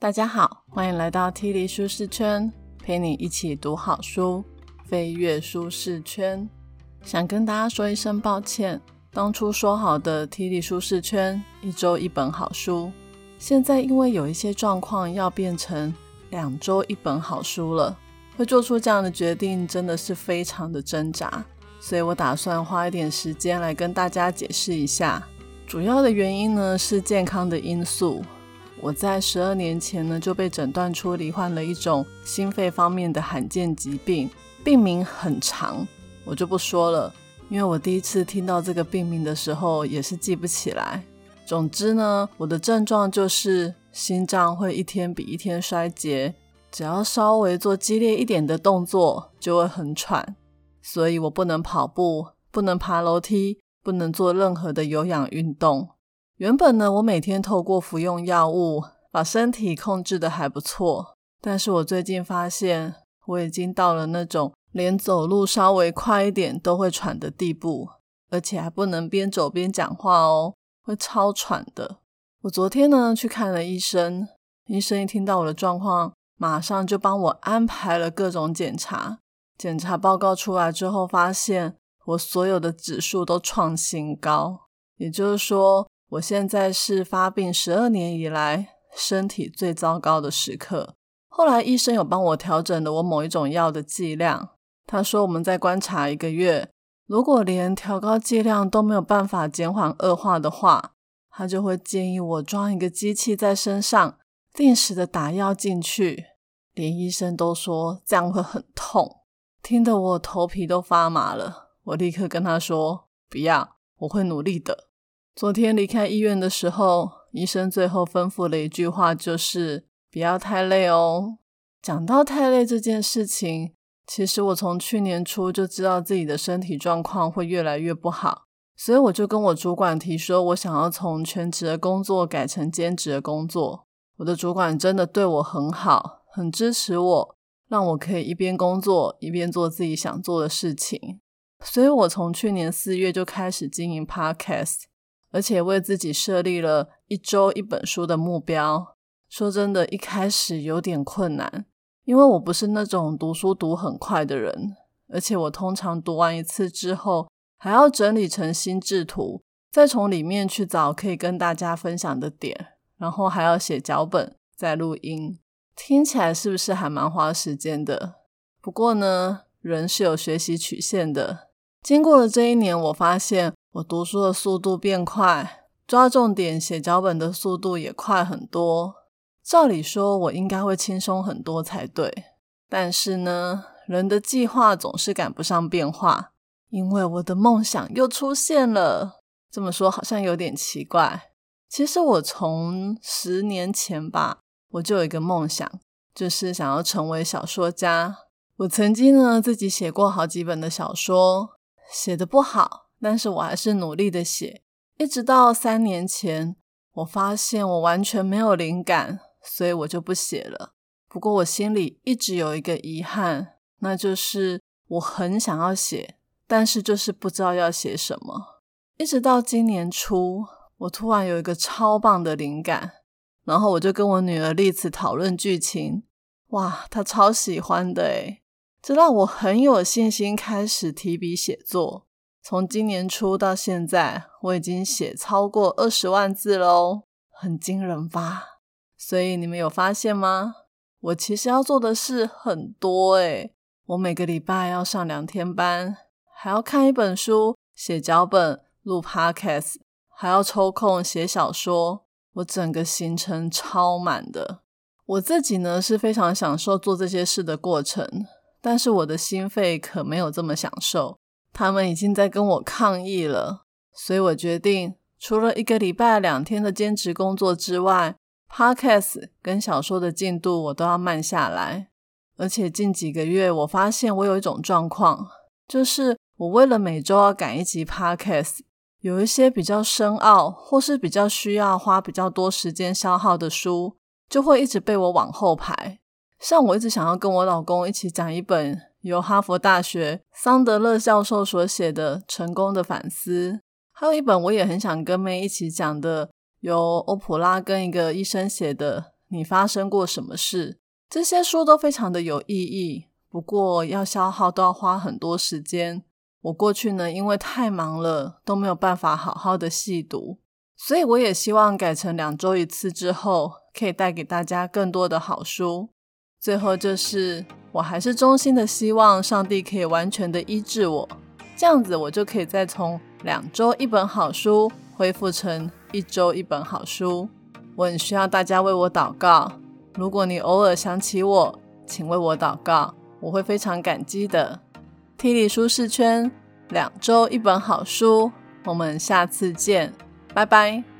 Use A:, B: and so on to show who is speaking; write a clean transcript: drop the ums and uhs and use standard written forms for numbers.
A: 大家好，欢迎来到 T 梨舒适圈，陪你一起读好书，飞跃舒适圈。想跟大家说一声抱歉，当初说好的 T 梨舒适圈一周一本好书，现在因为有一些状况要变成2周一本好书了。会做出这样的决定真的是非常的挣扎，所以我打算花一点时间来跟大家解释一下。主要的原因呢是健康的因素。我在12年前呢就被诊断出罹患了一种心肺方面的罕见疾病，病名很长，我就不说了，因为我第一次听到这个病名的时候也是记不起来。总之呢，我的症状就是心脏会一天比一天衰竭，只要稍微做激烈一点的动作就会很喘，所以我不能跑步，不能爬楼梯，不能做任何的有氧运动。原本呢，我每天透过服用药物把身体控制得还不错，但是我最近发现我已经到了那种连走路稍微快一点都会喘的地步，而且还不能边走边讲话哦，会超喘的。我昨天呢去看了医生，医生一听到我的状况，马上就帮我安排了各种检查。检查报告出来之后，发现我所有的指数都创新高，也就是说我现在是发病12年以来身体最糟糕的时刻。后来医生有帮我调整了我某一种药的剂量，他说我们再观察1个月，如果连调高剂量都没有办法减缓恶化的话，他就会建议我装一个机器在身上，定时的打药进去。连医生都说这样会很痛，听得我头皮都发麻了。我立刻跟他说不要，我会努力的。昨天离开医院的时候，医生最后吩咐了一句话，就是不要太累哦。讲到太累这件事情，其实我从去年初就知道自己的身体状况会越来越不好，所以我就跟我主管提说我想要从全职的工作改成兼职的工作。我的主管真的对我很好，很支持我，让我可以一边工作一边做自己想做的事情。所以我从去年4月就开始经营 Podcast， 而且为自己设立了1周1本书的目标。说真的，一开始有点困难，因为我不是那种读书读很快的人，而且我通常读完一次之后还要整理成心智图，再从里面去找可以跟大家分享的点，然后还要写脚本再录音。听起来是不是还蛮花时间的？不过呢，人是有学习曲线的。经过了这1年，我发现我读书的速度变快，抓重点写脚本的速度也快很多。照理说我应该会轻松很多才对，但是呢，人的计划总是赶不上变化，因为我的梦想又出现了。这么说好像有点奇怪，其实我从10年前吧，我就有一个梦想，就是想要成为小说家。我曾经呢自己写过好几本的小说，写得不好，但是我还是努力的写，一直到3年前，我发现我完全没有灵感，所以我就不写了。不过我心里一直有一个遗憾，那就是我很想要写，但是就是不知道要写什么。一直到今年初，我突然有一个超棒的灵感，然后我就跟我女儿丽慈讨论剧情，哇，她超喜欢的耶，这让我很有信心开始提笔写作。从今年初到现在，我已经写超过20万字了哦，很惊人吧？所以你们有发现吗？我其实要做的事很多耶，我每个礼拜要上2天班，还要看1本书，写脚本，录 Podcast， 还要抽空写小说，我整个行程超满的。我自己呢是非常享受做这些事的过程，但是我的心肺可没有这么享受，他们已经在跟我抗议了。所以我决定除了1个礼拜2天的兼职工作之外， Podcast 跟小说的进度我都要慢下来。而且近几个月我发现我有一种状况，就是我为了每周要赶1集 Podcast， 有一些比较深奥或是比较需要花比较多时间消耗的书，就会一直被我往后排。像我一直想要跟我老公一起讲一本由哈佛大学桑德勒教授所写的《成功的反思》，还有一本我也很想跟妹一起讲的，由欧普拉跟一个医生写的你发生过什么事。这些书都非常的有意义，不过要消耗都要花很多时间。我过去呢，因为太忙了，都没有办法好好的细读，所以我也希望改成2周1次之后，可以带给大家更多的好书。最后就是我还是衷心的希望上帝可以完全的医治我，这样子我就可以再从2周1本好书恢复成1周1本好书。我很需要大家为我祷告，如果你偶尔想起我，请为我祷告，我会非常感激的。T 里舒适圈，2周1本好书，我们下次见，拜拜。